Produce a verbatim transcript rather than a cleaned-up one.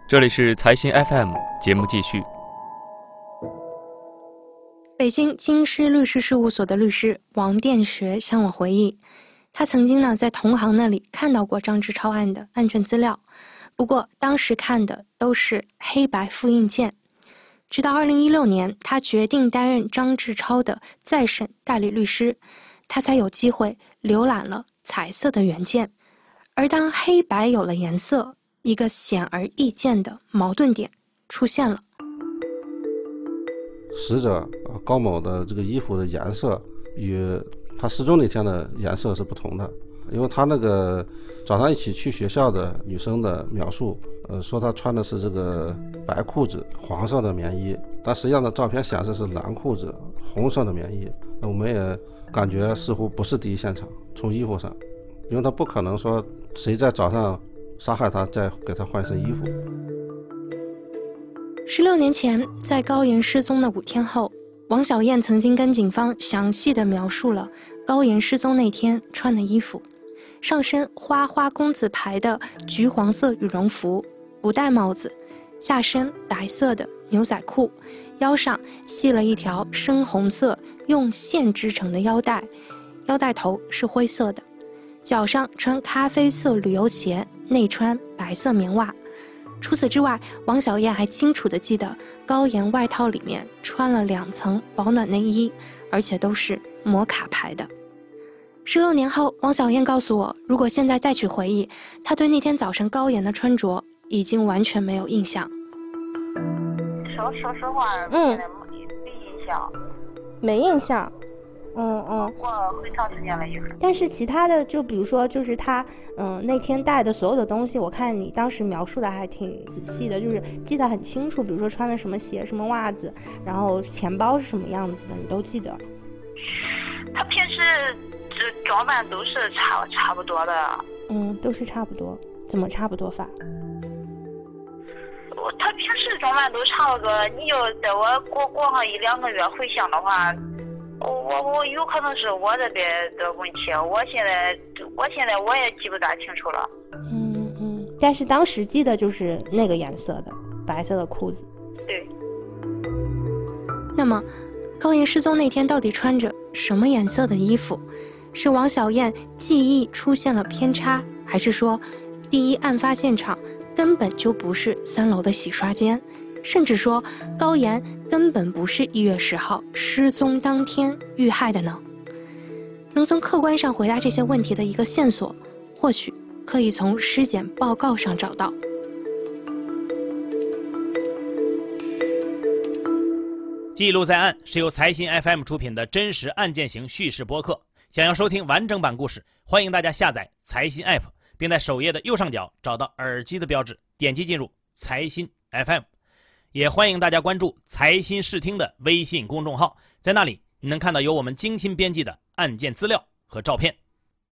这里是财新 F M 节目继续。 北京京师律师事务所的律师王殿学向我回忆，他曾经呢在同行那里看到过张志超案的案卷资料，不过当时看的都是黑白复印件。直到二零一六年，他决定担任张志超的再审代理律师，他才有机会浏览了彩色的原件。而当黑白有了颜色，一个显而易见的矛盾点出现了。 死者高某的这个衣服的颜色与他失踪那天的颜色是不同的，因为他那个早上一起去学校的女生的描述，呃，说她穿的是这个白裤子、黄色的棉衣，但实际上的照片显示是蓝裤子、红色的棉衣。那我们也感觉似乎不是第一现场，从衣服上，因为他不可能说谁在早上杀害他再给他换一身衣服。 十六年前，在高岩失踪的五天后，王小燕曾经跟警方详细地描述了高岩失踪那天穿的衣服：上身花花公子牌的橘黄色羽绒服，不戴帽子，下身白色的牛仔裤，腰上系了一条深红色用线织成的腰带，腰带头是灰色的，脚上穿咖啡色旅游鞋，内穿白色棉袜。除此之外，王小燕还清楚地记得高岩外套里面穿了两层保暖内衣，而且都是摩卡牌的。十六年后，王小燕告诉我，如果现在再去回忆，她对那天早晨高岩的穿着已经完全没有印象。 说说实话， 嗯， 没没印象， 没印象。嗯嗯， 过很长时间了也是。 但是其他的，就比如说，就是他，嗯，那天带的所有的东西，我看你当时描述的还挺仔细的，就是记得很清楚。比如说穿的什么鞋、什么袜子，然后钱包是什么样子的，你都记得。 他平时这装扮都是差差不多的。 嗯，都是差不多。怎么差不多法？ 我他平时装扮都差不多，你就在我过过上一两个月回想的话。我我我有可能是我这边的问题，我现在我现在我也记不大清楚了。 嗯嗯，但是当时记得就是那个颜色的白色的裤子。 对。 那么，高岩失踪那天到底穿着什么颜色的衣服？是王小燕记忆出现了偏差，还是说，第一案发现场根本就不是三楼的洗刷间？甚至说高岩根本不是一月十号失踪当天遇害的呢？能从客观上回答这些问题的一个线索，或许可以从尸检报告上找到。 记录在案是由财新 F M 出品的真实案件型叙事播客。想要收听完整版故事，欢迎大家下载财新 App， 并在首页的右上角找到耳机的标志，点击进入财新 F M。也欢迎大家关注财新视听的微信公众号，在那里你能看到由我们精心编辑的案件资料和照片。